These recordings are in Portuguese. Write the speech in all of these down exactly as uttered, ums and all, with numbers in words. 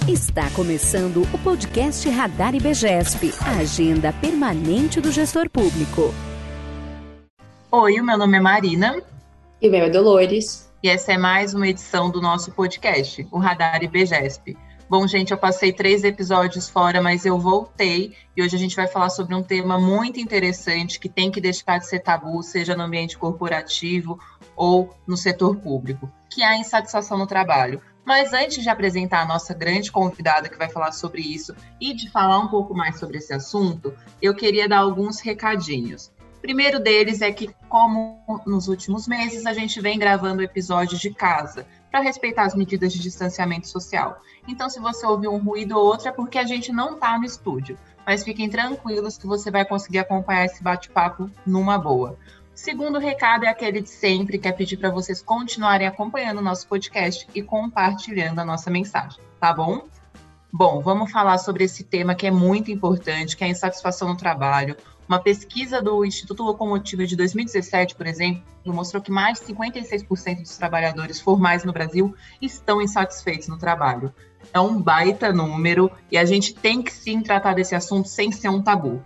Está começando o podcast Radar IBGESP, a agenda permanente do gestor público. Oi, o meu nome é Marina. E o meu é Dolores. E essa é mais uma edição do nosso podcast, o Radar IBGESP. Bom, gente, eu passei três episódios fora, mas eu voltei e hoje a gente vai falar sobre um tema muito interessante que tem que deixar de ser tabu, seja no ambiente corporativo ou no setor público, que é a insatisfação no trabalho. Mas antes de apresentar a nossa grande convidada que vai falar sobre isso e de falar um pouco mais sobre esse assunto, eu queria dar alguns recadinhos. O primeiro deles é que, como nos últimos meses, a gente vem gravando episódios de casa para respeitar as medidas de distanciamento social. Então, se você ouvir um ruído ou outro, é porque a gente não está no estúdio. Mas fiquem tranquilos que você vai conseguir acompanhar esse bate-papo numa boa. O segundo recado é aquele de sempre, que é pedir para vocês continuarem acompanhando o nosso podcast e compartilhando a nossa mensagem, tá bom? Bom, vamos falar sobre esse tema que é muito importante, que é a insatisfação no trabalho. Uma pesquisa do Instituto Locomotiva de dois mil e dezessete, por exemplo, mostrou que mais de cinquenta e seis por cento dos trabalhadores formais no Brasil estão insatisfeitos no trabalho. É um baita número e a gente tem que sim tratar desse assunto sem ser um tabu.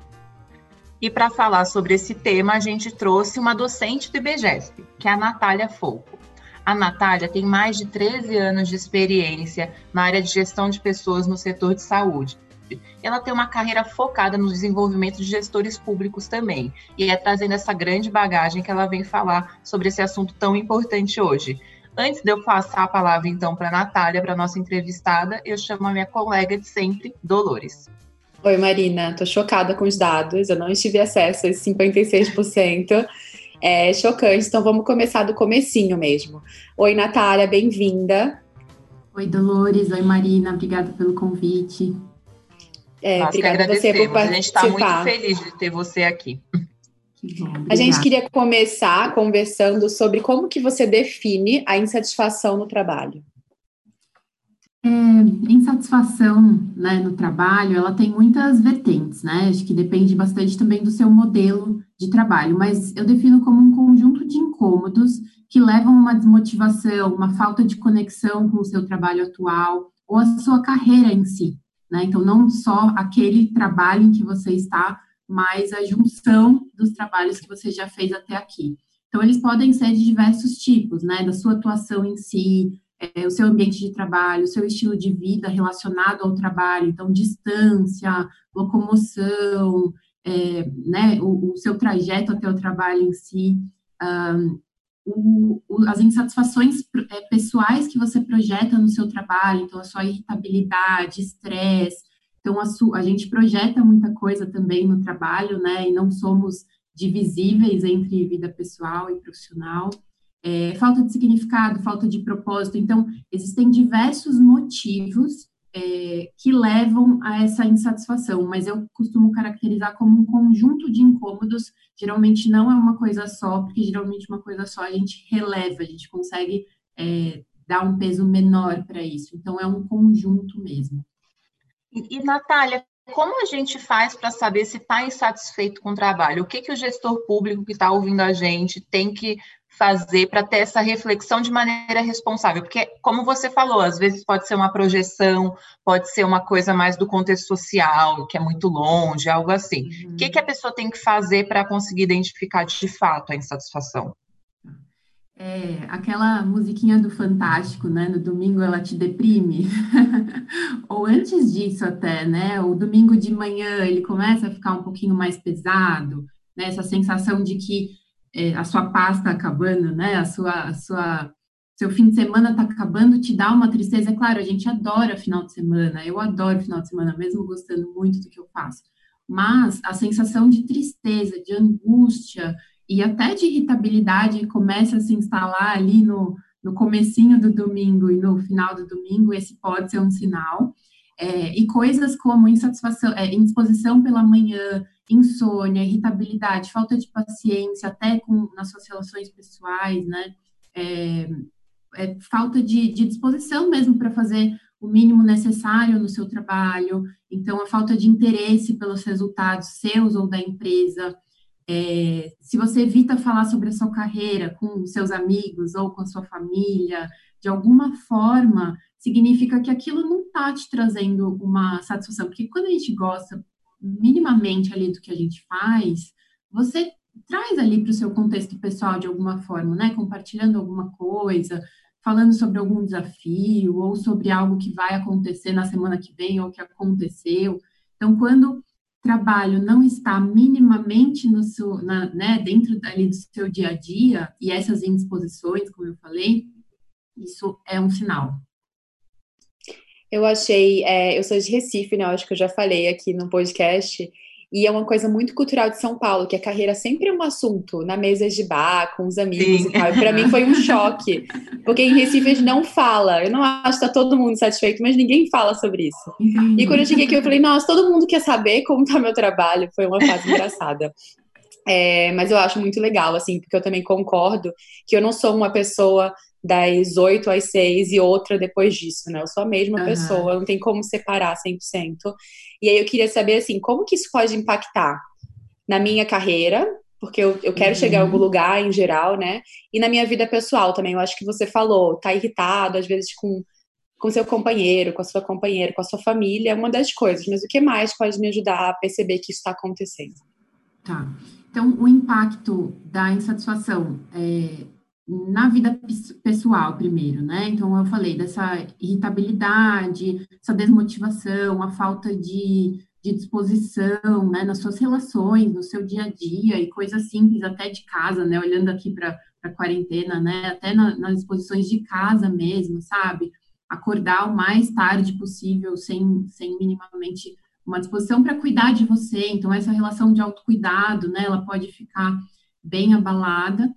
E para falar sobre esse tema, a gente trouxe uma docente do IBGESP, que é a Natália Folco. A Natália tem mais de treze anos de experiência na área de gestão de pessoas no setor de saúde. Ela tem uma carreira focada no desenvolvimento de gestores públicos também. E é trazendo essa grande bagagem que ela vem falar sobre esse assunto tão importante hoje. Antes de eu passar a palavra, então, para a Natália, para a nossa entrevistada, eu chamo a minha colega de sempre, Dolores. Oi, Marina. Tô chocada com os dados. Eu não tive acesso a esses cinquenta e seis por cento. É chocante. Então, vamos começar do comecinho mesmo. Oi, Natália. Bem-vinda. Oi, Dolores. Oi, Marina. Obrigada pelo convite. É, Nós obrigada a você por participar. A gente está muito feliz de ter você aqui. Bom, a gente queria começar conversando sobre como que você define a insatisfação no trabalho. É, insatisfação, né, no trabalho, ela tem muitas vertentes, né? Acho que depende bastante também do seu modelo de trabalho, mas eu defino como um conjunto de incômodos que levam a uma desmotivação, uma falta de conexão com o seu trabalho atual ou a sua carreira em si, né? Então, não só aquele trabalho em que você está, mas a junção dos trabalhos que você já fez até aqui. Então, eles podem ser de diversos tipos, né? Da sua atuação em si, é, o seu ambiente de trabalho, o seu estilo de vida relacionado ao trabalho, então, distância, locomoção, é, né? O, o seu trajeto até o trabalho em si, um, o, o, as insatisfações é, pessoais que você projeta no seu trabalho, então, a sua irritabilidade, estresse. Então, a, su, a gente projeta muita coisa também no trabalho, né? E não somos divisíveis entre vida pessoal e profissional. É, falta de significado, falta de propósito. Então, existem diversos motivos é, que levam a essa insatisfação, mas eu costumo caracterizar como um conjunto de incômodos. Geralmente não é uma coisa só, porque geralmente uma coisa só a gente releva, a gente consegue é, dar um peso menor para isso. Então, é um conjunto mesmo. E, e Natália, como a gente faz para saber se está insatisfeito com o trabalho? O que, que o gestor público que está ouvindo a gente tem que fazer para ter essa reflexão de maneira responsável? Porque, como você falou, às vezes pode ser uma projeção, pode ser uma coisa mais do contexto social, que é muito longe, algo assim. Uhum. O que, que a pessoa tem que fazer para conseguir identificar de fato a insatisfação? É, aquela musiquinha do Fantástico, né? No domingo ela te deprime. Ou antes disso até, né? O domingo de manhã ele começa a ficar um pouquinho mais pesado, né? Essa sensação de que é, a sua paz está acabando, né? A sua, a sua, seu fim de semana está acabando, te dá uma tristeza. É claro, a gente adora final de semana. Eu adoro final de semana, mesmo gostando muito do que eu faço. Mas a sensação de tristeza, de angústia e até de irritabilidade começa a se instalar ali no, no comecinho do domingo e no final do domingo, esse pode ser um sinal. É, e coisas como insatisfação, é, indisposição pela manhã, insônia, irritabilidade, falta de paciência, até com, nas suas relações pessoais, né? É, é, falta de, de disposição mesmo para fazer o mínimo necessário no seu trabalho. Então, a falta de interesse pelos resultados seus ou da empresa. É, se você evita falar sobre a sua carreira com seus amigos ou com a sua família, de alguma forma, significa que aquilo não está te trazendo uma satisfação. Porque quando a gente gosta minimamente ali do que a gente faz, você traz ali para o seu contexto pessoal de alguma forma, né? Compartilhando alguma coisa, falando sobre algum desafio, ou sobre algo que vai acontecer na semana que vem, ou que aconteceu. Então, quando o trabalho não está minimamente no seu, na, né, dentro ali do seu dia a dia, e essas indisposições, como eu falei, isso é um sinal. Eu achei, é, eu sou de Recife, né? Eu acho que eu já falei aqui no podcast, e é uma coisa muito cultural de São Paulo, que a carreira sempre é um assunto na mesa de bar, com os amigos. Sim. E tal. E para mim foi um choque, porque em Recife a gente não fala. Eu não acho que tá todo mundo satisfeito, mas ninguém fala sobre isso. E quando eu cheguei aqui, eu falei, nossa, todo mundo quer saber como tá meu trabalho. Foi uma fase engraçada. É, mas eu acho muito legal, assim, porque eu também concordo que eu não sou uma pessoa das oito às seis e outra depois disso, né? Eu sou a mesma uhum. pessoa, não tem como separar cem por cento. E aí eu queria saber, assim, como que isso pode impactar na minha carreira, porque eu, eu quero uhum. chegar a algum lugar em geral, né? E na minha vida pessoal também. Eu acho que você falou, tá irritado, às vezes, com com seu companheiro, com a sua companheira, com a sua família, é uma das coisas. Mas o que mais pode me ajudar a perceber que isso está acontecendo? Tá. Então, o impacto da insatisfação é, na vida pessoal, primeiro, né? Então, eu falei dessa irritabilidade, essa desmotivação, a falta de, de disposição, né? Nas suas relações, no seu dia a dia, e coisas simples até de casa, né? Olhando aqui para a quarentena, né? Até na, nas disposições de casa mesmo, sabe? Acordar o mais tarde possível, sem, sem minimamente uma disposição para cuidar de você. Então, essa relação de autocuidado, né, ela pode ficar bem abalada.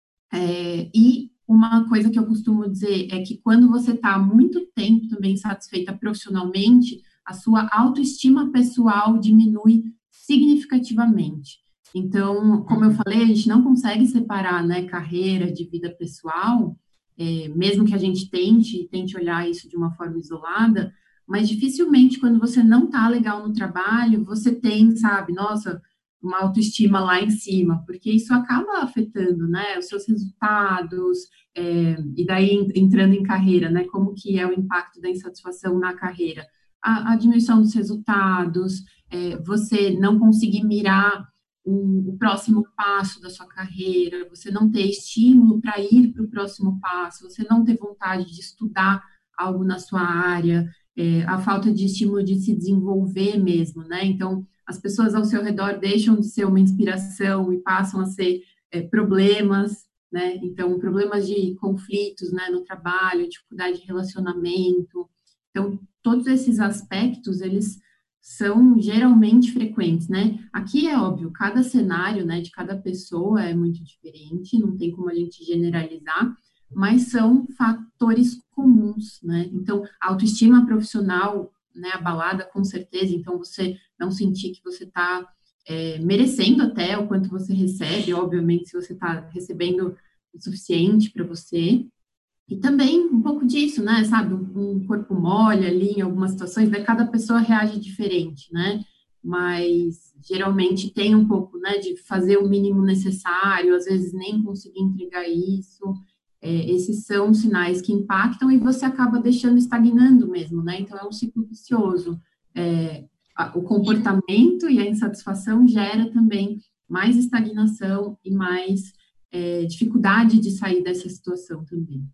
É, e uma coisa que eu costumo dizer é que quando você está há muito tempo também satisfeita profissionalmente, a sua autoestima pessoal diminui significativamente. Então, como eu falei, a gente não consegue separar, né, carreira de vida pessoal, é, mesmo que a gente tente, tente olhar isso de uma forma isolada, mas dificilmente, quando você não tá legal no trabalho, você tem, sabe, nossa, uma autoestima lá em cima, porque isso acaba afetando, né, os seus resultados, é, e daí entrando em carreira, né, como que é o impacto da insatisfação na carreira? A, a diminuição dos resultados, é, você não conseguir mirar o, o próximo passo da sua carreira, você não ter estímulo para ir para o próximo passo, você não ter vontade de estudar algo na sua área, É, a falta de estímulo de se desenvolver mesmo, né? Então, as pessoas ao seu redor deixam de ser uma inspiração e passam a ser é, problemas, né? Então, problemas de conflitos, né, no trabalho, dificuldade de relacionamento. Então, todos esses aspectos, eles são geralmente frequentes, né? Aqui é óbvio, cada cenário, né, de cada pessoa é muito diferente, não tem como a gente generalizar, mas são fatores comuns, né? Então, a autoestima profissional, né, abalada, com certeza. Então, você não sentir que você está é, merecendo até o quanto você recebe, obviamente, se você está recebendo o suficiente para você. E também um pouco disso, né? Sabe, um corpo mole ali em algumas situações, né? Cada pessoa reage diferente, né? Mas geralmente tem um pouco, né, de fazer o mínimo necessário, às vezes nem conseguir entregar isso. É, esses são sinais que impactam e você acaba deixando estagnando mesmo, né? Então, é um ciclo vicioso. É, a, o comportamento e a insatisfação gera também mais estagnação e mais é, dificuldade de sair dessa situação também.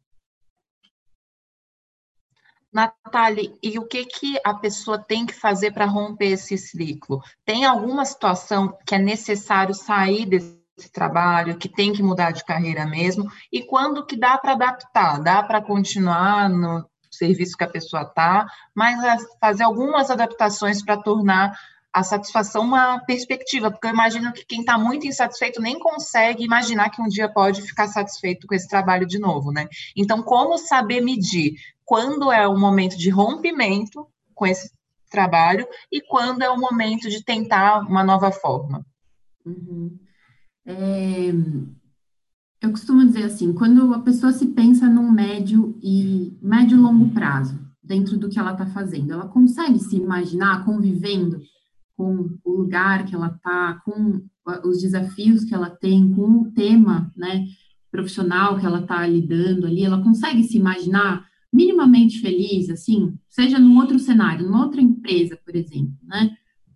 Natália, e o que, que a pessoa tem que fazer para romper esse ciclo? Tem alguma situação que é necessário sair desse esse trabalho, que tem que mudar de carreira mesmo, e quando que dá para adaptar, dá para continuar no serviço que a pessoa está, mas fazer algumas adaptações para tornar a satisfação uma perspectiva, porque eu imagino que quem está muito insatisfeito nem consegue imaginar que um dia pode ficar satisfeito com esse trabalho de novo, né? Então, como saber medir quando é o momento de rompimento com esse trabalho e quando é o momento de tentar uma nova forma? Uhum. É, eu costumo dizer assim, quando a pessoa se pensa num médio e médio e longo prazo, dentro do que ela está fazendo, ela consegue se imaginar convivendo com o lugar que ela está, com os desafios que ela tem, com o tema, né, profissional que ela está lidando ali, ela consegue se imaginar minimamente feliz, assim, seja num outro cenário, numa outra empresa, por exemplo, né?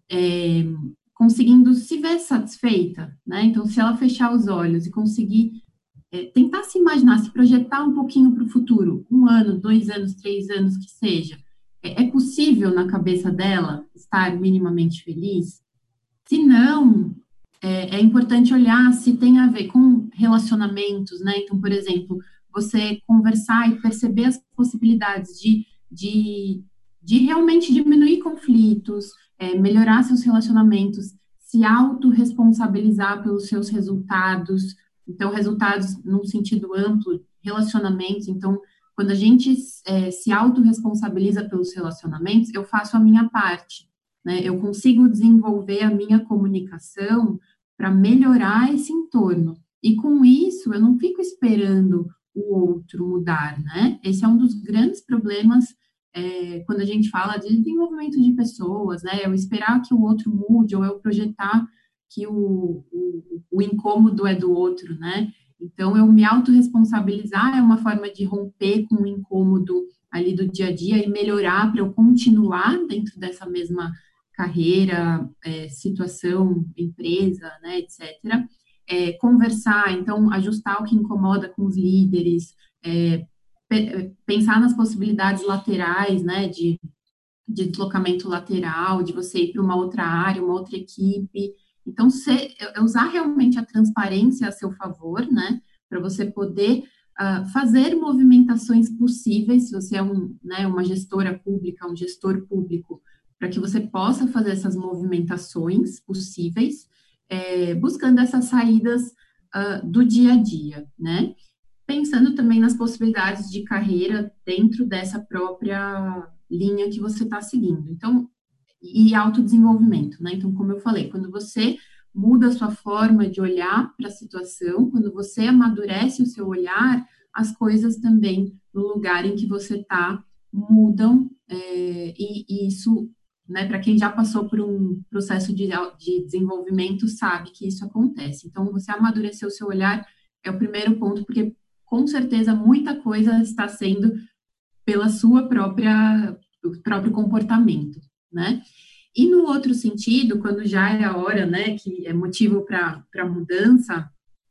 É, conseguindo se ver satisfeita, né? Então, se ela fechar os olhos e conseguir é, tentar se imaginar, se projetar um pouquinho para o futuro, um ano, dois anos, três anos, que seja, é, é possível na cabeça dela estar minimamente feliz? Se não, é, é importante olhar se tem a ver com relacionamentos, né? Então, por exemplo, você conversar e perceber as possibilidades de, de, de realmente diminuir conflitos, é, melhorar seus relacionamentos, se autorresponsabilizar pelos seus resultados. Então, resultados num sentido amplo, relacionamentos. Então, quando a gente é, se autorresponsabiliza pelos relacionamentos, eu faço a minha parte, né? Eu consigo desenvolver a minha comunicação para melhorar esse entorno. E com isso, eu não fico esperando o outro mudar, né? Esse é um dos grandes problemas é, quando a gente fala de desenvolvimento de pessoas, né? Eu esperar que o outro mude, ou eu projetar que o, o, o incômodo é do outro, né? Então, eu me autorresponsabilizar é uma forma de romper com o incômodo ali do dia a dia e melhorar para eu continuar dentro dessa mesma carreira, é, situação, empresa, né, etcétera. É, conversar, então, ajustar o que incomoda com os líderes, é, pe pensar nas possibilidades laterais, né, de, de deslocamento lateral, de você ir para uma outra área, uma outra equipe. Então, ser, usar realmente a transparência a seu favor, né, para você poder uh, fazer movimentações possíveis, se você é um, né, uma gestora pública, um gestor público, para que você possa fazer essas movimentações possíveis, é, buscando essas saídas uh, do dia a dia, né? Pensando também nas possibilidades de carreira dentro dessa própria linha que você está seguindo. Então, e autodesenvolvimento, né? Então, como eu falei, quando você muda a sua forma de olhar para a situação, quando você amadurece o seu olhar, as coisas também no lugar em que você está mudam, é, e, e isso, né, para quem já passou por um processo de, de desenvolvimento, sabe que isso acontece. Então, você amadurecer o seu olhar é o primeiro ponto, porque com certeza muita coisa está sendo pela sua própria, próprio comportamento, né? E no outro sentido, quando já é a hora, né, que é motivo para mudança,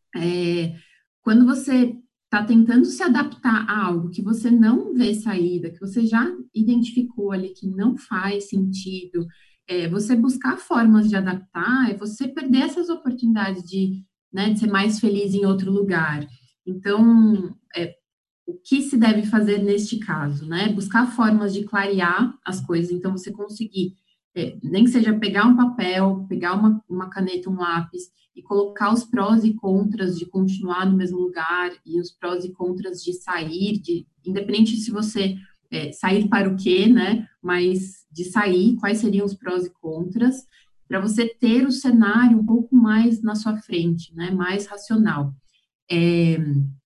é, quando você está tentando se adaptar a algo que você não vê saída, que você já identificou ali que não faz sentido, é, você buscar formas de adaptar, é você perder essas oportunidades de, né, de ser mais feliz em outro lugar. Então, é, o que se deve fazer neste caso, né? Buscar formas de clarear as coisas, então você conseguir, é, nem que seja pegar um papel, pegar uma, uma caneta, um lápis, e colocar os prós e contras de continuar no mesmo lugar, e os prós e contras de sair, de, independente se você é, sair para o quê, né? Mas de sair, quais seriam os prós e contras, para você ter o cenário um pouco mais na sua frente, né? Mais racional. É,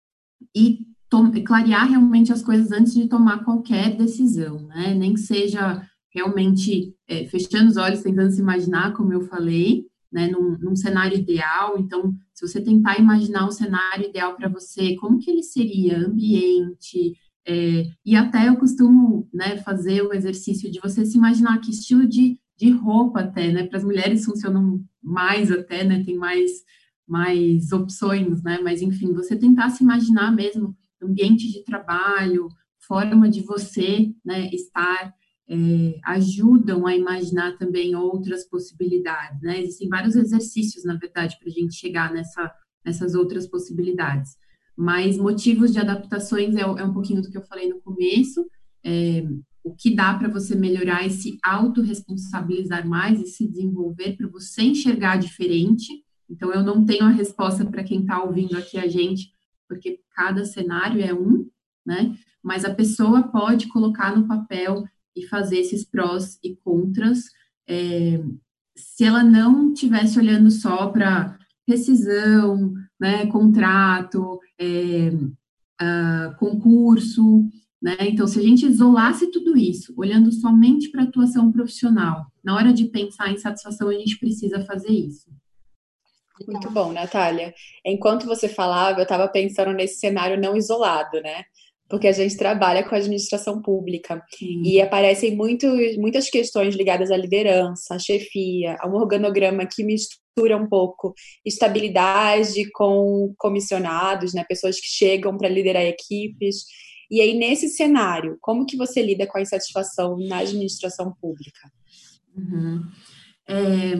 e clarear realmente as coisas antes de tomar qualquer decisão, né? Nem que seja realmente é, fechando os olhos, tentando se imaginar, como eu falei, né? Num, num cenário ideal. Então, se você tentar imaginar um cenário ideal para você, como que ele seria? Ambiente, é, e até eu costumo, né, fazer o exercício de você se imaginar que estilo de, de roupa até, né? Para as mulheres funcionam mais até, né? Tem mais, mais opções, né? Mas, enfim, você tentar se imaginar mesmo ambiente de trabalho, forma de você, né, estar, é, ajudam a imaginar também outras possibilidades, né? Existem vários exercícios, na verdade, para a gente chegar nessa, nessas outras possibilidades. Mas motivos de adaptações é, é um pouquinho do que eu falei no começo, é, o que dá para você melhorar e se autorresponsabilizar mais e se desenvolver para você enxergar diferente. Então, eu não tenho a resposta para quem está ouvindo aqui a gente, porque cada cenário é um, né? Mas a pessoa pode colocar no papel e fazer esses prós e contras, é, se ela não estivesse olhando só para rescisão, né, contrato, é, uh, concurso, né? Então, se a gente isolasse tudo isso, olhando somente para a atuação profissional, na hora de pensar em satisfação, a gente precisa fazer isso. Muito bom, Natália. Enquanto você falava, eu estava pensando nesse cenário não isolado, né? porque a gente trabalha com a administração pública. Sim. E aparecem muito, muitas questões ligadas à liderança, à chefia, a um organograma que mistura um pouco estabilidade com comissionados, né, pessoas que chegam para liderar equipes. E aí, nesse cenário, como que você lida com a insatisfação na administração pública? Uhum. É,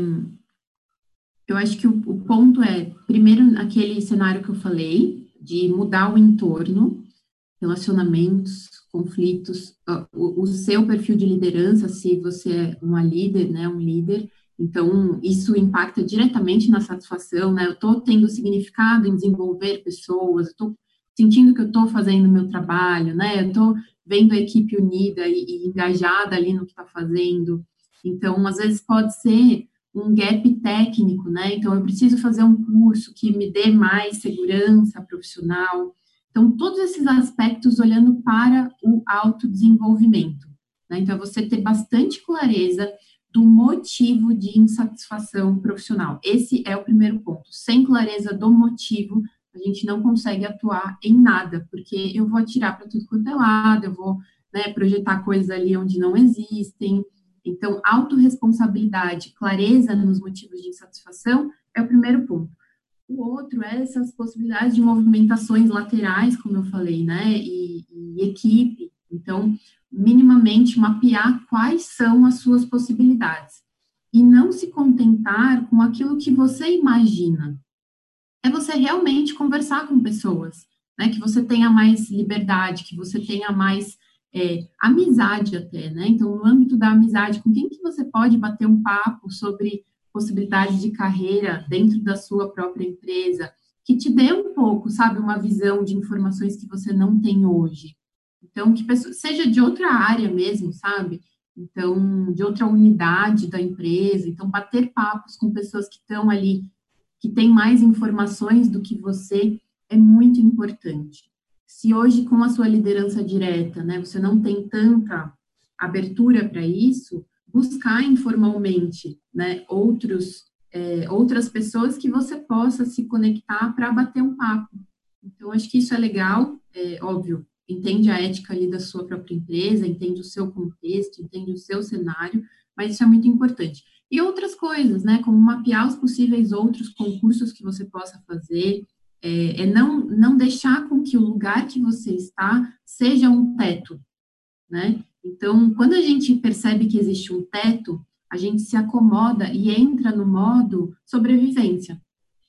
eu acho que o, o ponto é, primeiro, aquele cenário que eu falei, de mudar o entorno, relacionamentos, conflitos, o, o seu perfil de liderança, se você é uma líder, né, um líder, então isso impacta diretamente na satisfação, né, eu estou tendo significado em desenvolver pessoas, eu estou sentindo que eu estou fazendo o meu trabalho, né, eu estou vendo a equipe unida e, e engajada ali no que está fazendo, então às vezes pode ser um gap técnico, né, então eu preciso fazer um curso que me dê mais segurança profissional. Então, todos esses aspectos olhando para o autodesenvolvimento, né? Então, você ter bastante clareza do motivo de insatisfação profissional. Esse é o primeiro ponto. Sem clareza do motivo, a gente não consegue atuar em nada, porque eu vou atirar para tudo quanto é lado, eu vou, né, projetar coisas ali onde não existem. Então, autorresponsabilidade, clareza nos motivos de insatisfação é o primeiro ponto. O outro é essas possibilidades de movimentações laterais, como eu falei, né, e, e equipe. Então, minimamente mapear quais são as suas possibilidades. E não se contentar com aquilo que você imagina. É você realmente conversar com pessoas, né, que você tenha mais liberdade, que você tenha mais é, amizade até, né? Então, no âmbito da amizade, com quem que você pode bater um papo sobre possibilidades de carreira dentro da sua própria empresa, que te dê um pouco, sabe, uma visão de informações que você não tem hoje. Então, que pessoa, seja de outra área mesmo, sabe? Então, de outra unidade da empresa. Então, bater papos com pessoas que estão ali, que têm mais informações do que você, é muito importante. Se hoje, com a sua liderança direta, né, você não tem tanta abertura para isso, buscar informalmente, né, outros, é, outras pessoas que você possa se conectar para bater um papo. Então, acho que isso é legal, é óbvio, entende a ética ali da sua própria empresa, entende o seu contexto, entende o seu cenário, mas isso é muito importante. E outras coisas, né, como mapear os possíveis outros concursos que você possa fazer, é, é não, não deixar com que o lugar que você está seja um teto, né? Então, quando a gente percebe que existe um teto, a gente se acomoda e entra no modo sobrevivência.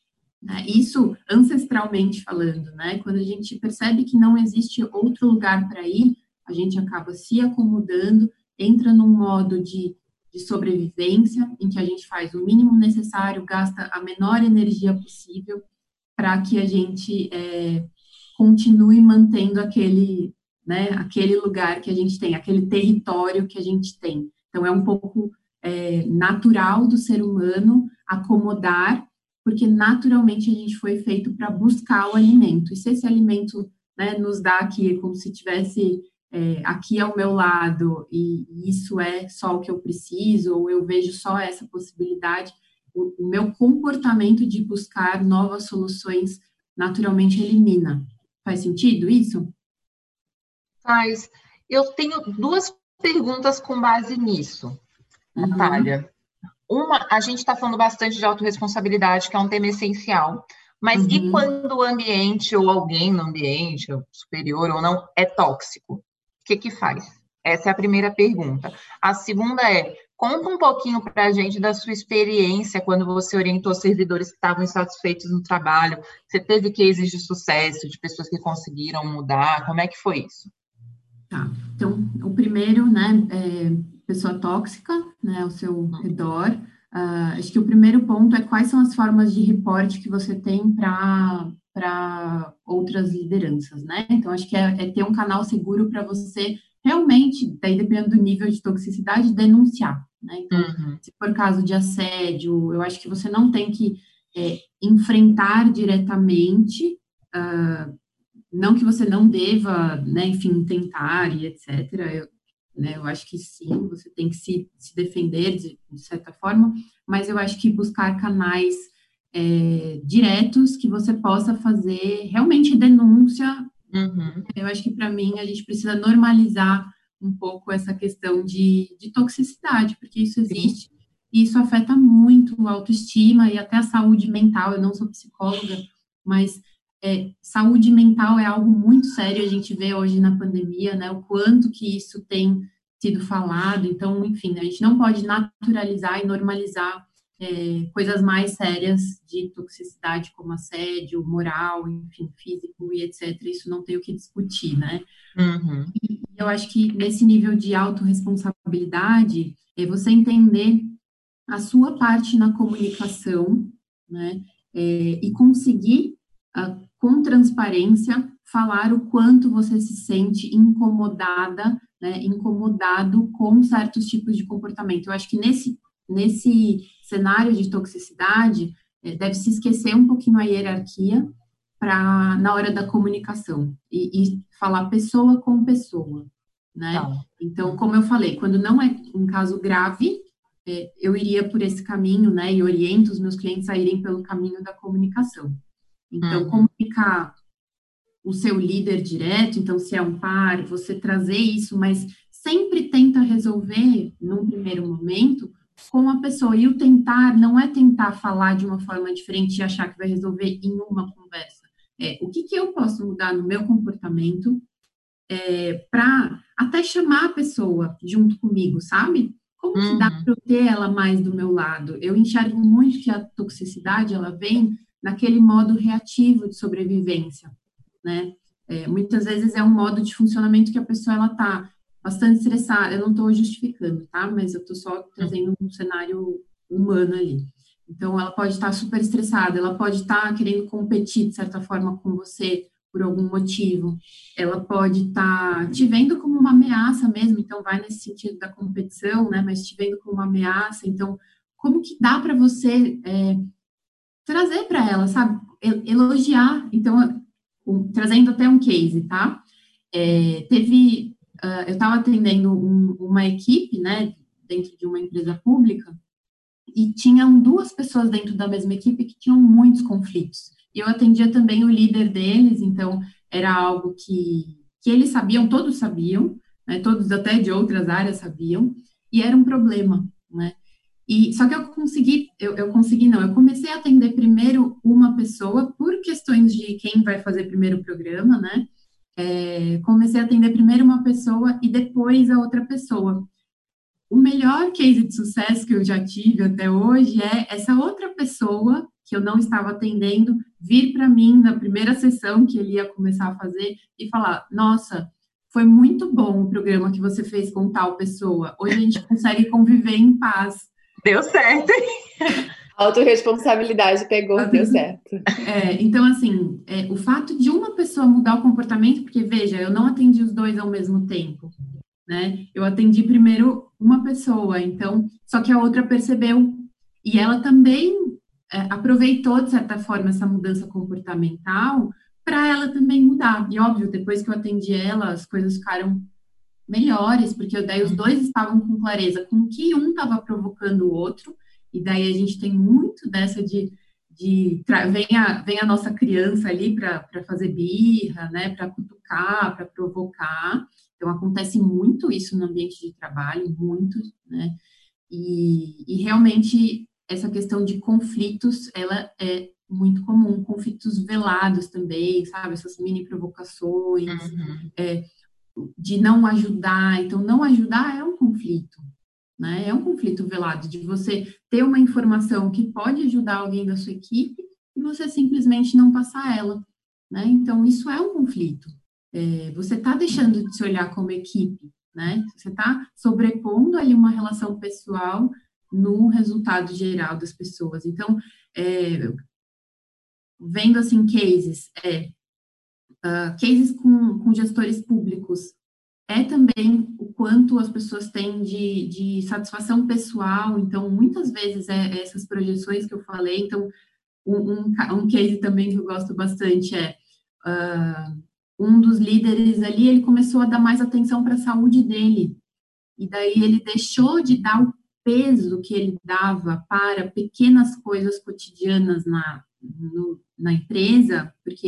Né? Isso ancestralmente falando, né? Quando a gente percebe que não existe outro lugar para ir, a gente acaba se acomodando, entra num modo de, de sobrevivência, em que a gente faz o mínimo necessário, gasta a menor energia possível para que a gente é, continue mantendo aquele, né, aquele lugar que a gente tem, aquele território que a gente tem. Então, é um pouco é, natural do ser humano acomodar, porque naturalmente a gente foi feito para buscar o alimento. E se esse alimento, né, nos dá aqui, como se tivesse é, aqui ao meu lado, e isso é só o que eu preciso, ou eu vejo só essa possibilidade, o, o meu comportamento de buscar novas soluções naturalmente elimina. Faz sentido isso? Faz. Eu tenho duas perguntas com base nisso, Uhum. Natália. Uma, a gente está falando bastante de autorresponsabilidade, que é um tema essencial, mas Uhum. e quando o ambiente ou alguém no ambiente, ou superior ou não, é tóxico? O que que faz? Essa é a primeira pergunta. A segunda é, conta um pouquinho para a gente da sua experiência quando você orientou servidores que estavam insatisfeitos no trabalho. Você teve cases de sucesso, de pessoas que conseguiram mudar, como é que foi isso? Tá, então, o primeiro, né, é pessoa tóxica, né, ao seu redor. Uh, acho que o primeiro ponto é quais são as formas de reporte que você tem para para outras lideranças, né? Então, acho que é, é ter um canal seguro para você realmente, daí dependendo do nível de toxicidade, denunciar, né? Então, Uhum. se for caso de assédio, eu acho que você não tem que é, enfrentar diretamente, uh, não que você não deva, né, enfim, tentar e etcétera. Eu, né, eu acho que sim, você tem que se, se defender de, de certa forma, mas eu acho que buscar canais é, diretos que você possa fazer realmente denúncia Uhum. Eu acho que, para mim, a gente precisa normalizar um pouco essa questão de, de toxicidade, porque isso existe e isso afeta muito a autoestima e até a saúde mental. Eu não sou psicóloga, mas é, saúde mental é algo muito sério. A gente vê hoje na pandemia, né, o quanto que isso tem sido falado. Então, enfim, a gente não pode naturalizar e normalizar é, coisas mais sérias de toxicidade, como assédio moral, enfim, físico e etcétera. Isso não tem o que discutir, né? Uhum. E eu acho que nesse nível de autorresponsabilidade, é você entender a sua parte na comunicação, né? É, e conseguir, uh, com transparência, falar o quanto você se sente incomodada, né? Incomodado com certos tipos de comportamento. Eu acho que nesse, nesse cenário de toxicidade, é, deve se esquecer um pouquinho a hierarquia para na hora da comunicação e, e falar pessoa com pessoa, né? Tá. Então, como eu falei, quando não é um caso grave, é, eu iria por esse caminho, né? E oriento os meus clientes a irem pelo caminho da comunicação. Então, Uhum. comunicar o seu líder direto, então, se é um par, você trazer isso, mas sempre tenta resolver, num primeiro momento, com a pessoa. E o tentar não é tentar falar de uma forma diferente e achar que vai resolver em uma conversa. É, o que, que eu posso mudar no meu comportamento é, para até chamar a pessoa junto comigo, sabe? Como que dá Uhum. para eu ter ela mais do meu lado? Eu enxergo muito que a toxicidade, ela vem naquele modo reativo de sobrevivência, né? É, muitas vezes é um modo de funcionamento que a pessoa, ela tá bastante estressada. Eu não estou justificando, tá? Mas eu estou só trazendo um cenário humano ali. Então, ela pode estar super estressada, ela pode estar querendo competir, de certa forma, com você por algum motivo. Ela pode estar te vendo como uma ameaça mesmo, então vai nesse sentido da competição, né? Mas te vendo como uma ameaça. Então, como que dá para você é, trazer para ela, sabe? Elogiar. Então, um, trazendo até um case, tá? É, teve... Uh, eu estava atendendo um, uma equipe, né? Dentro de uma empresa pública, e tinham duas pessoas dentro da mesma equipe que tinham muitos conflitos. E eu atendia também o líder deles, então era algo que, que eles sabiam, todos sabiam, né, todos até de outras áreas sabiam, e era um problema, né? E, só que eu consegui, eu, eu consegui não, eu comecei a atender primeiro uma pessoa, por questões de quem vai fazer primeiro o programa, né? É, comecei a atender primeiro uma pessoa e depois a outra pessoa. O melhor case de sucesso que eu já tive até hoje é essa outra pessoa que eu não estava atendendo vir para mim na primeira sessão que ele ia começar a fazer e falar: nossa, foi muito bom o programa que você fez com tal pessoa. Hoje a gente consegue conviver em paz. Deu certo. A autorresponsabilidade pegou, deu certo. É, então, assim, é, o fato de uma pessoa mudar o comportamento, porque, veja, eu não atendi os dois ao mesmo tempo. Né? Eu atendi primeiro uma pessoa, então, só que a outra percebeu e ela também é, aproveitou, de certa forma, essa mudança comportamental para ela também mudar. E, óbvio, depois que eu atendi ela, as coisas ficaram melhores, porque daí os dois estavam com clareza com que um estava provocando o outro, e daí a gente tem muito dessa de, de vem, a, vem a nossa criança ali para fazer birra, né, para cutucar, para provocar. Então, acontece muito isso no ambiente de trabalho, muito, né? E, e realmente, essa questão de conflitos, ela é muito comum. Conflitos velados também, sabe? Essas mini provocações, Uhum. é, de não ajudar. Então, não ajudar é um conflito, né? É um conflito velado, de você ter uma informação que pode ajudar alguém da sua equipe e você simplesmente não passar ela, né? Então, isso é um conflito. É, você está deixando de se olhar como equipe, né? Você está sobrepondo ali uma relação pessoal no resultado geral das pessoas. Então, é, vendo assim cases, é, uh, cases com, com gestores públicos, é também o quanto as pessoas têm de, de satisfação pessoal. Então, muitas vezes é essas projeções que eu falei. Então, um, um, um case também que eu gosto bastante é uh, um dos líderes ali, ele começou a dar mais atenção para a saúde dele. E daí ele deixou de dar o peso que ele dava para pequenas coisas cotidianas na, no, na empresa, porque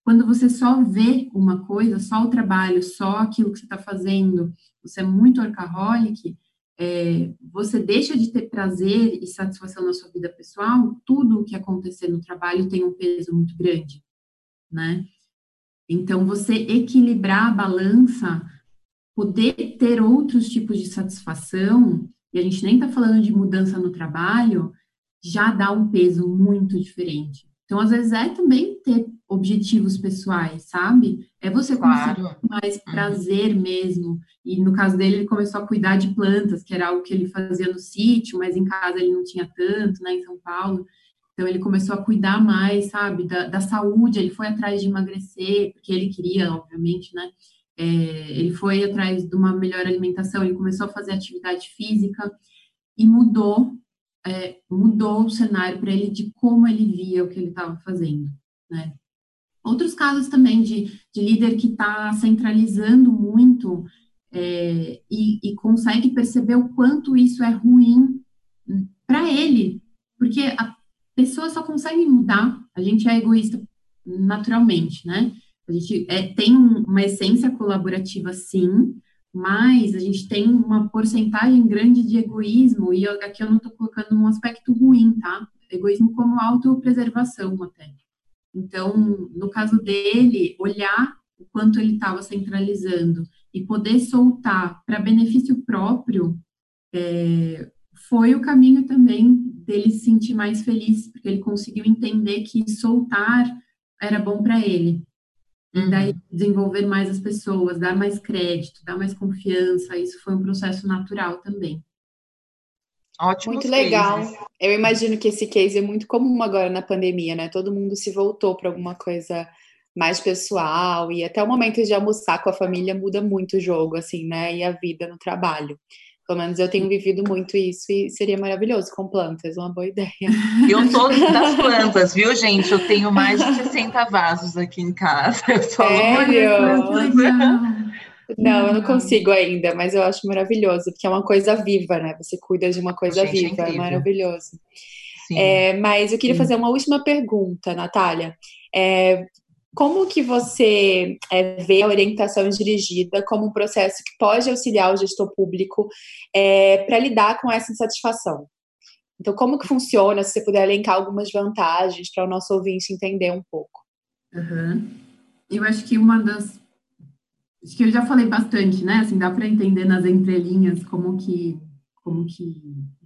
quando você só vê uma coisa, só o trabalho, só aquilo que você está fazendo, você é muito workaholic, é, você deixa de ter prazer e satisfação na sua vida pessoal, tudo o que acontecer no trabalho tem um peso muito grande, né? Então, você equilibrar a balança, poder ter outros tipos de satisfação, e a gente nem está falando de mudança no trabalho, já dá um peso muito diferente. Então, às vezes, é também ter objetivos pessoais, sabe? É você conseguir Claro. mais prazer mesmo. E no caso dele, ele começou a cuidar de plantas, que era algo que ele fazia no sítio, mas em casa ele não tinha tanto, né, em São Paulo. Então, ele começou a cuidar mais, sabe, da, da saúde. Ele foi atrás de emagrecer, porque ele queria, obviamente, né? É, ele foi atrás de uma melhor alimentação, ele começou a fazer atividade física e mudou É, mudou o cenário para ele de como ele via o que ele estava fazendo, né? Outros casos também de, de líder que está centralizando muito é, e, e consegue perceber o quanto isso é ruim para ele, porque a pessoa só consegue mudar, a gente é egoísta naturalmente, né? A gente é, tem uma essência colaborativa, sim, mas a gente tem uma porcentagem grande de egoísmo, e eu, aqui eu não estou colocando um aspecto ruim, tá? Egoísmo como autopreservação até. Então, no caso dele, olhar o quanto ele estava centralizando e poder soltar para benefício próprio, é, foi o caminho também dele se sentir mais feliz, porque ele conseguiu entender que soltar era bom para ele. E daí desenvolver mais as pessoas, dar mais crédito, dar mais confiança, isso foi um processo natural também. Ótimos Muito legal. cases. Eu imagino que esse case é muito comum agora na pandemia, né? Todo mundo se voltou para alguma coisa mais pessoal e até o momento de almoçar com a família muda muito o jogo, assim, né? E a vida no trabalho. Pelo menos eu tenho vivido muito isso e seria maravilhoso com plantas, uma boa ideia. Eu sou das plantas, viu, gente? Eu tenho mais de sessenta vasos aqui em casa. Eu sou Sério? Que legal! Não, eu não consigo ainda, mas eu acho maravilhoso, porque é uma coisa viva, né? Você cuida de uma coisa Gente, é viva, é incrível. maravilhoso. Sim. É, mas eu queria fazer uma última pergunta, Natália. É, como que você é, vê a orientação dirigida como um processo que pode auxiliar o gestor público é, para lidar com essa insatisfação? Então, como que funciona? Se você puder elencar algumas vantagens para o nosso ouvinte entender um pouco. Uhum. Eu acho que uma das... Acho que eu já falei bastante, né? Assim, dá para entender nas entrelinhas como que, como que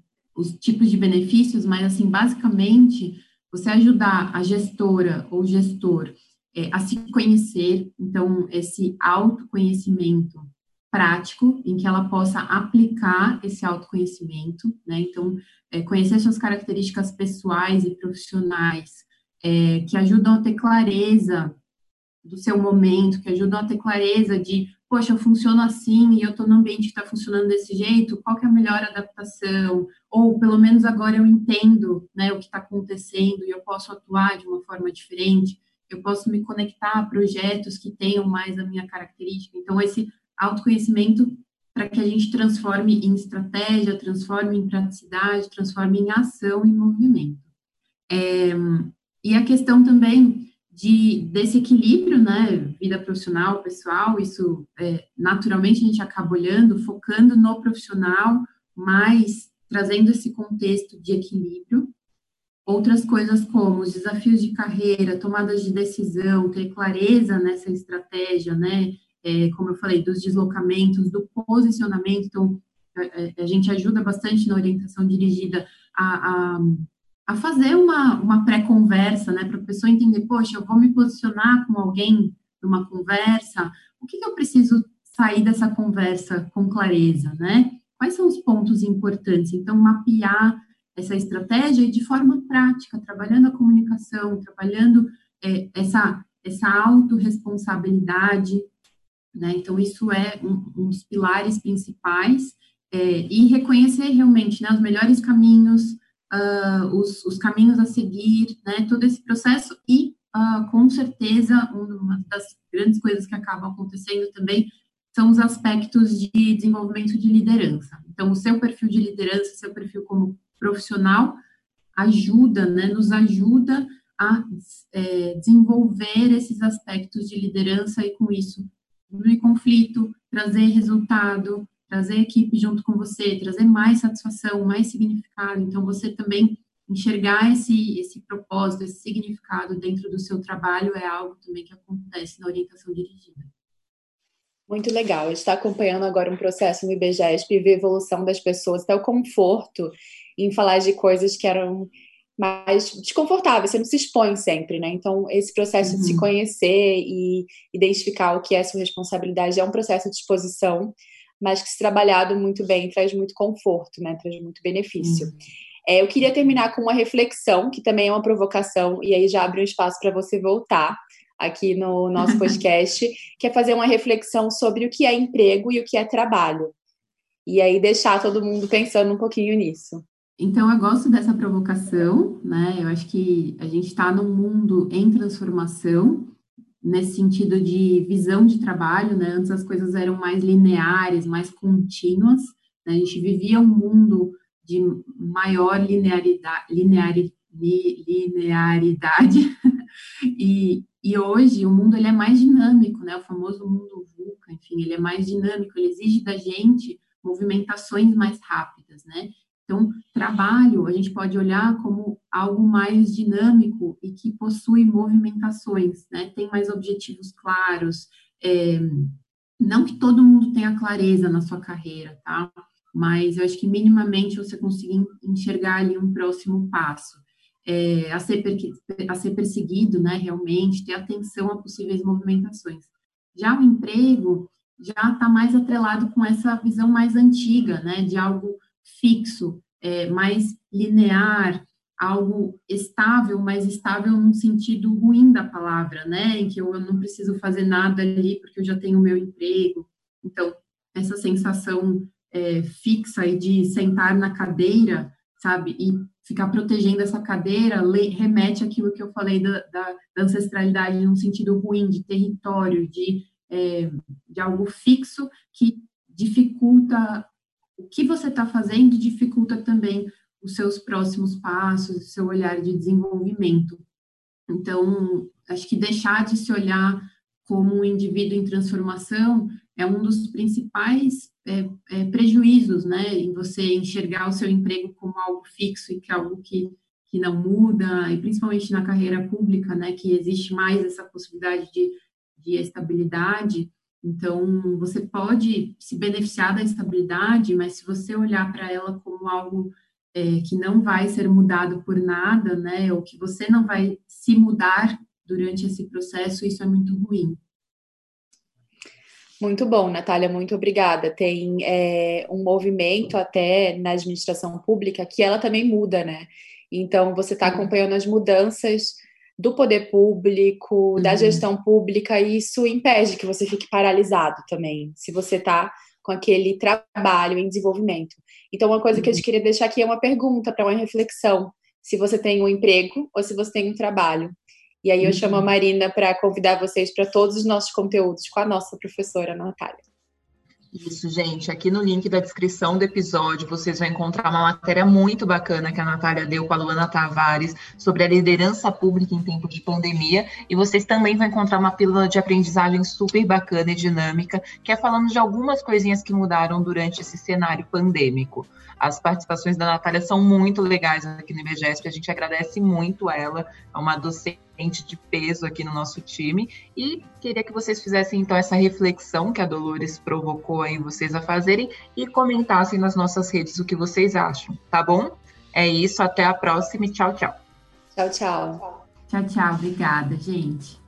os tipos de benefícios, mas, assim, basicamente, você ajudar a gestora ou gestor é, a se conhecer, então, esse autoconhecimento prático, em que ela possa aplicar esse autoconhecimento, né? Então, é, conhecer suas características pessoais e profissionais, é, que ajudam a ter clareza do seu momento, que ajudam a ter clareza de, poxa, eu funciono assim e eu estou num ambiente que está funcionando desse jeito, qual que é a melhor adaptação? Ou, pelo menos agora eu entendo, né, o que está acontecendo e eu posso atuar de uma forma diferente, eu posso me conectar a projetos que tenham mais a minha característica. Então, esse autoconhecimento para que a gente transforme em estratégia, transforme em praticidade, transforme em ação e movimento. É, e a questão também de, desse equilíbrio, né, vida profissional, pessoal, isso é, naturalmente a gente acaba olhando, focando no profissional, mas trazendo esse contexto de equilíbrio. Outras coisas como os desafios de carreira, tomadas de decisão, ter clareza nessa estratégia, né, é, como eu falei, dos deslocamentos, do posicionamento, então a, a gente ajuda bastante na orientação dirigida a, a a fazer uma, uma pré-conversa, né, para a pessoa entender, poxa, eu vou me posicionar com alguém numa conversa, o que, que eu preciso sair dessa conversa com clareza, né? Quais são os pontos importantes? Então, mapear essa estratégia e de forma prática, trabalhando a comunicação, trabalhando é, essa, essa autorresponsabilidade, né? Então, isso é um, um dos pilares principais, é, e reconhecer realmente, né, os melhores caminhos, Uh, os, os caminhos a seguir, né, todo esse processo e, uh, com certeza, uma das grandes coisas que acabam acontecendo também são os aspectos de desenvolvimento de liderança. Então, o seu perfil de liderança, seu perfil como profissional, ajuda, né, nos ajuda a é, desenvolver esses aspectos de liderança e, com isso, diminuir conflito, trazer resultado, trazer equipe junto com você, trazer mais satisfação, mais significado. Então, você também enxergar esse, esse propósito, esse significado dentro do seu trabalho é algo também que acontece na orientação dirigida. Muito legal. A gente está acompanhando agora um processo no IBGESP e ver a evolução das pessoas, até o conforto em falar de coisas que eram mais desconfortáveis, você não se expõe sempre, né? Então, esse processo uhum. de se conhecer e identificar o que é sua responsabilidade é um processo de exposição, mas que, se trabalhado muito bem, traz muito conforto, né? Traz muito benefício. Uhum. É, eu queria terminar com uma reflexão, que também é uma provocação, e aí já abre um espaço para você voltar aqui no nosso podcast, que é fazer uma reflexão sobre o que é emprego e o que é trabalho. E aí deixar todo mundo pensando um pouquinho nisso. Então, eu gosto dessa provocação, né? Eu acho que a gente está num mundo em transformação, nesse sentido de visão de trabalho, né? Antes as coisas eram mais lineares, mais contínuas, né? A gente vivia um mundo de maior linearidade, lineari, linearidade. e, e hoje o mundo ele é mais dinâmico, né? O famoso mundo VUCA, enfim, ele é mais dinâmico, ele exige da gente movimentações mais rápidas, né? Então, trabalho, a gente pode olhar como algo mais dinâmico e que possui movimentações, né? Tem mais objetivos claros. É, não que todo mundo tenha clareza na sua carreira, tá? Mas eu acho que minimamente você conseguir enxergar ali um próximo passo. É, a, ser, a ser perseguido, né? Realmente, ter atenção a possíveis movimentações. Já o emprego já está mais atrelado com essa visão mais antiga, né? De algo fixo, é, mais linear, algo estável, mas estável num sentido ruim da palavra, né? Em que eu não preciso fazer nada ali porque eu já tenho o meu emprego. Então, essa sensação é, fixa e de sentar na cadeira, sabe? E ficar protegendo essa cadeira remete àquilo que eu falei da, da, da ancestralidade num sentido ruim, de território, de, é, de algo fixo que dificulta o que você está fazendo, dificulta também os seus próximos passos, o seu olhar de desenvolvimento. Então, acho que deixar de se olhar como um indivíduo em transformação é um dos principais é, é, prejuízos, né, em você enxergar o seu emprego como algo fixo e que é algo que, que não muda, e principalmente na carreira pública, né, que existe mais essa possibilidade de, de estabilidade. Então, você pode se beneficiar da estabilidade, mas se você olhar para ela como algo é, que não vai ser mudado por nada, né, ou que você não vai se mudar durante esse processo, isso é muito ruim. Muito bom, Natália, muito obrigada. Tem é, um movimento até na administração pública que ela também muda, né? Então, você está acompanhando as mudanças do poder público, uhum. da gestão pública, e isso impede que você fique paralisado também, se você está com aquele trabalho em desenvolvimento. Então, uma coisa uhum. que eu te queria deixar aqui é uma pergunta para uma reflexão, se você tem um emprego ou se você tem um trabalho. E aí eu uhum. chamo a Marina para convidar vocês para todos os nossos conteúdos com a nossa professora Natália. Isso, gente. Aqui no link da descrição do episódio, vocês vão encontrar uma matéria muito bacana que a Natália deu com a Luana Tavares sobre a liderança pública em tempo de pandemia. E vocês também vão encontrar uma pílula de aprendizagem super bacana e dinâmica, que é falando de algumas coisinhas que mudaram durante esse cenário pandêmico. As participações da Natália são muito legais aqui no IBGESP, a gente agradece muito ela, é uma docente de peso aqui no nosso time, e queria que vocês fizessem então essa reflexão que a Dolores provocou aí vocês a fazerem e comentassem nas nossas redes o que vocês acham, tá bom? É isso, até a próxima e tchau, tchau. Tchau, tchau. Tchau, tchau, obrigada, gente.